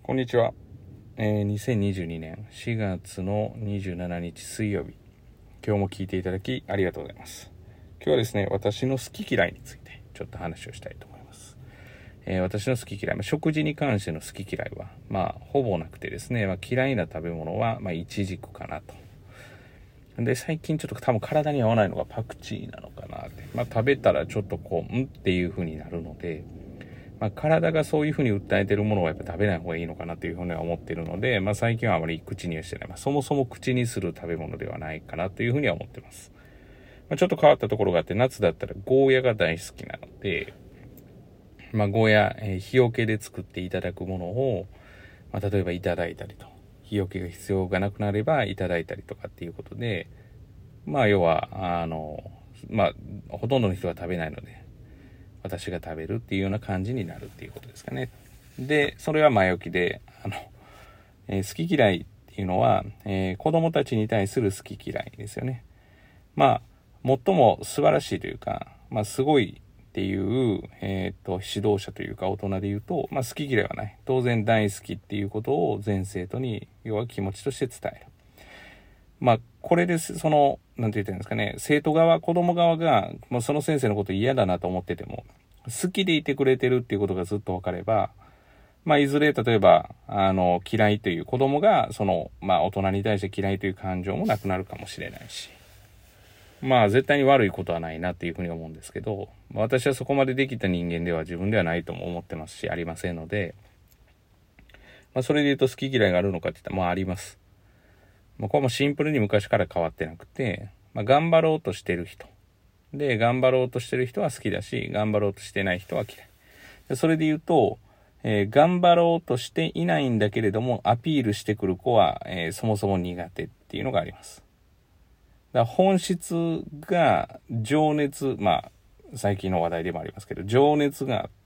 こんにちは。2022年4月の27日水曜日。今日も聞いていただきありがとうございます。今日はですね、私の好き嫌いについてちょっと話をしたいと思います。私の好き嫌い、食事に関しての好き嫌いは、ほぼなくてですね、嫌いな食べ物は、イチジクかなと。で、最近ちょっと多分体に合わないのがパクチーなのかなって。食べたらちょっとっていう風になるので、体がそういう風に訴えてるものはやっぱ食べない方がいいのかなというふうには思っているので、最近はあまり口にはしてない。そもそも口にする食べ物ではないかなというふうには思ってます。ちょっと変わったところがあって、夏だったらゴーヤが大好きなので、ゴーヤ、日よけで作っていただくものを、例えばいただいたりと、日よけが必要がなくなればいただいたりとかっていうことで、要は、ほとんどの人は食べないので、私が食べるっていうような感じになるっていうことですかね。で、それは前置きで、好き嫌いっていうのは、子供たちに対する好き嫌いですよね。最も素晴らしいというか、すごいっていう、指導者というか大人で言うと、好き嫌いはない。当然大好きっていうことを全生徒に、要は気持ちとして伝える。これです、なんて言ってるんですかね、生徒側、子供側が、その先生のこと嫌だなと思ってても、好きでいてくれてるっていうことがずっと分かれば、いずれ、例えば、嫌いという子供が、大人に対して嫌いという感情もなくなるかもしれないし、絶対に悪いことはないなっていうふうに思うんですけど、私はそこまでできた人間では自分ではないとも思ってますし、ありませんので、それで言うと好き嫌いがあるのかって言ったら、あります。これもシンプルに昔から変わってなくて、頑張ろうとしてる人。で、頑張ろうとしてる人は好きだし、頑張ろうとしてない人は嫌い。でそれで言うと、頑張ろうとしていないんだけれども、アピールしてくる子は、そもそも苦手っていうのがあります。だから本質が情熱、最近の話題でもありますけど、情熱があって、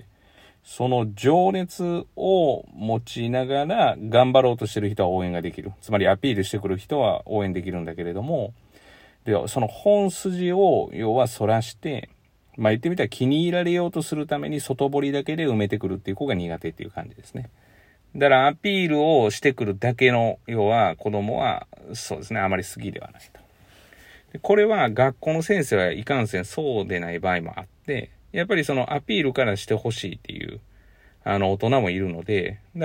その情熱を持ちながら頑張ろうとしてる人は応援ができる。つまりアピールしてくる人は応援できるんだけれども、で、その本筋を要は反らして、言ってみたら気に入られようとするために外堀だけで埋めてくるっていう子が苦手っていう感じですね。だからアピールをしてくるだけの、要は子供はそうですね、あまり好きではないと。でこれは学校の先生はいかんせんそうでない場合もあって、やっぱりそのアピールからしてほしいっていう、大人もいるので、だから、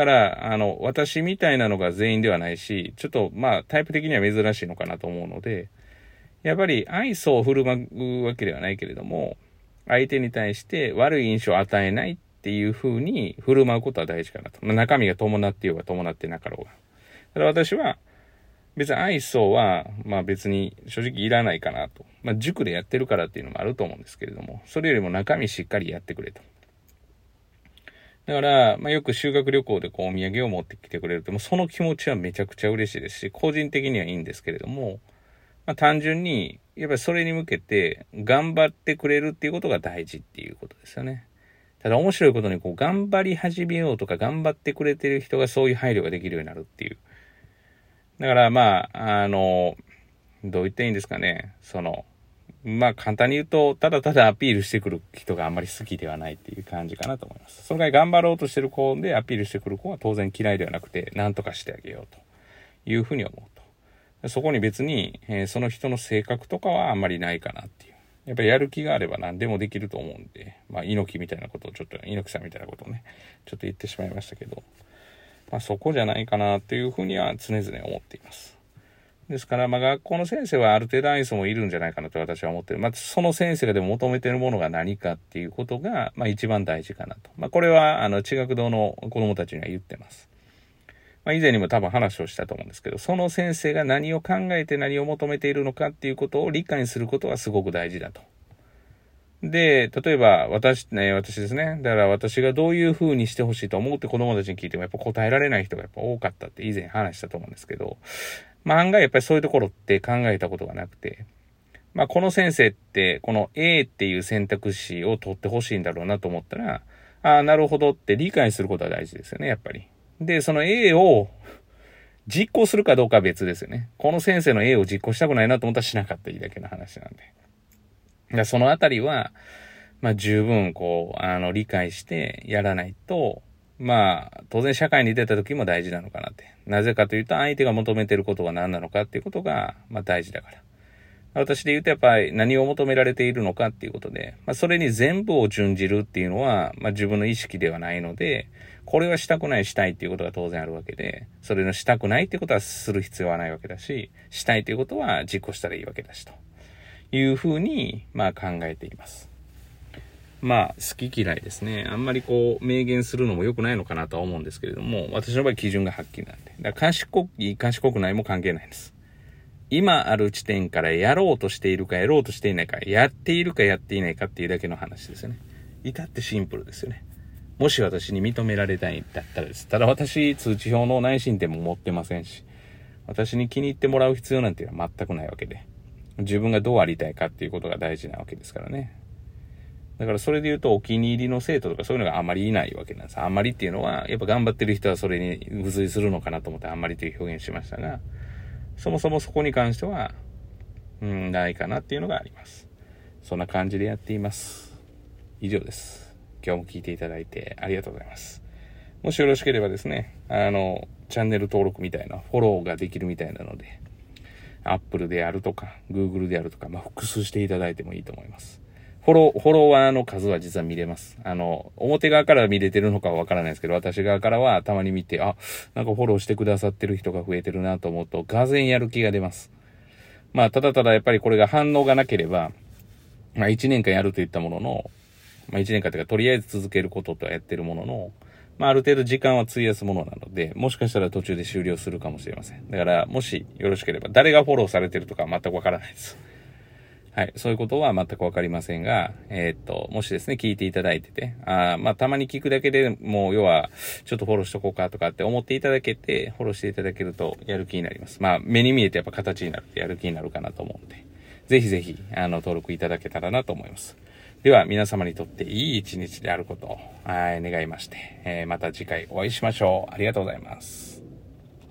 私みたいなのが全員ではないし、ちょっとタイプ的には珍しいのかなと思うので、やっぱり愛想を振る舞うわけではないけれども、相手に対して悪い印象を与えないっていう風に振る舞うことは大事かなと。中身が伴ってようが伴ってなかろうが。だから私は、別に愛想は、別に正直いらないかなと。塾でやってるからっていうのもあると思うんですけれども、それよりも中身しっかりやってくれと。だから、よく修学旅行でお土産を持ってきてくれると、その気持ちはめちゃくちゃ嬉しいですし、個人的にはいいんですけれども、単純に、やっぱりそれに向けて頑張ってくれるっていうことが大事っていうことですよね。ただ面白いことに頑張り始めようとか頑張ってくれてる人がそういう配慮ができるようになるっていう。だからどう言っていいんですかね。簡単に言うと、ただただアピールしてくる人があんまり好きではないっていう感じかなと思います。そのぐらい頑張ろうとしてる子でアピールしてくる子は当然嫌いではなくて、何とかしてあげようというふうに思うと。そこに別に、その人の性格とかはあんまりないかなっていう。やっぱりやる気があれば何でもできると思うんで、猪木みたいなことを猪木さんみたいなことをね、ちょっと言ってしまいましたけど、そこじゃないかなっていうふうには常々思っています。ですから、学校の先生はある程度愛想もいるんじゃないかなと私は思ってる。その先生がでも求めているものが何かっていうことが、一番大事かなと。これは、地学堂の子供たちには言ってます。以前にも多分話をしたと思うんですけど、その先生が何を考えて何を求めているのかっていうことを理解することはすごく大事だと。で、例えば私ですね。だから私がどういう風にしてほしいと思うって子供たちに聞いてもやっぱ答えられない人がやっぱ多かったって以前話したと思うんですけど、案外やっぱりそういうところって考えたことがなくて、この先生ってこの A っていう選択肢を取ってほしいんだろうなと思ったら、なるほどって理解することは大事ですよね、やっぱり。で、その A を実行するかどうかは別ですよね。この先生の A を実行したくないなと思ったらしなかったらいいだけの話なんで。そのあたりは、十分理解してやらないと、 まあ、当然社会に出た時も大事なのかなって。なぜかというと、相手が求めてることが何なのかっていうことが、まあ大事だから。私で言うとやっぱり何を求められているのかっていうことで、まあそれに全部を準じるっていうのは、まあ自分の意識ではないので、これはしたくない、したいっていうことが当然あるわけで、それのしたくないっていうことはする必要はないわけだし、したいということは実行したらいいわけだし、というふうに、まあ考えています。まあ、好き嫌いですね。あんまりこう、明言するのも良くないのかなとは思うんですけれども、私の場合基準がはっきりなんで。だから賢くないも関係ないんです。今ある地点からやろうとしているかやろうとしていないか、やっているかやっていないかっていうだけの話ですよね。至ってシンプルですよね。もし私に認められたいんだったらです。ただ私、通知表の内申点も持ってませんし、私に気に入ってもらう必要なんていうのは全くないわけで、自分がどうありたいかっていうことが大事なわけですからね。だからそれで言うとお気に入りの生徒とかそういうのがあまりいないわけなんです。あんまりっていうのは、やっぱ頑張ってる人はそれに付随するのかなと思ってあんまりという表現しましたが、そもそもそこに関しては、ないかなっていうのがあります。そんな感じでやっています。以上です。今日も聞いていただいてありがとうございます。もしよろしければですね、チャンネル登録みたいな、フォローができるみたいなので、Apple であるとか、Google であるとか、まあ、複数していただいてもいいと思います。フォロワーの数は実は見れます。表側から見れてるのかはわからないですけど、私側からはたまに見て、なんかフォローしてくださってる人が増えてるなと思うと、がぜんやる気が出ます。まあ、ただただやっぱりこれが反応がなければ、まあ1年間やるといったものの、まあ1年間というかとりあえず続けることとはやってるものの、まあある程度時間は費やすものなので、もしかしたら途中で終了するかもしれません。だから、もしよろしければ、誰がフォローされてるとかは全くわからないです。はい。そういうことは全くわかりませんが、もしですね、聞いていただいてて、まあ、たまに聞くだけでもう、要は、ちょっとフォローしとこうかとかって思っていただけて、フォローしていただけると、やる気になります。まあ、目に見えてやっぱ形になるってやる気になるかなと思うんで、ぜひぜひ、登録いただけたらなと思います。では、皆様にとっていい一日であることを、願いまして、また次回お会いしましょう。ありがとうございます。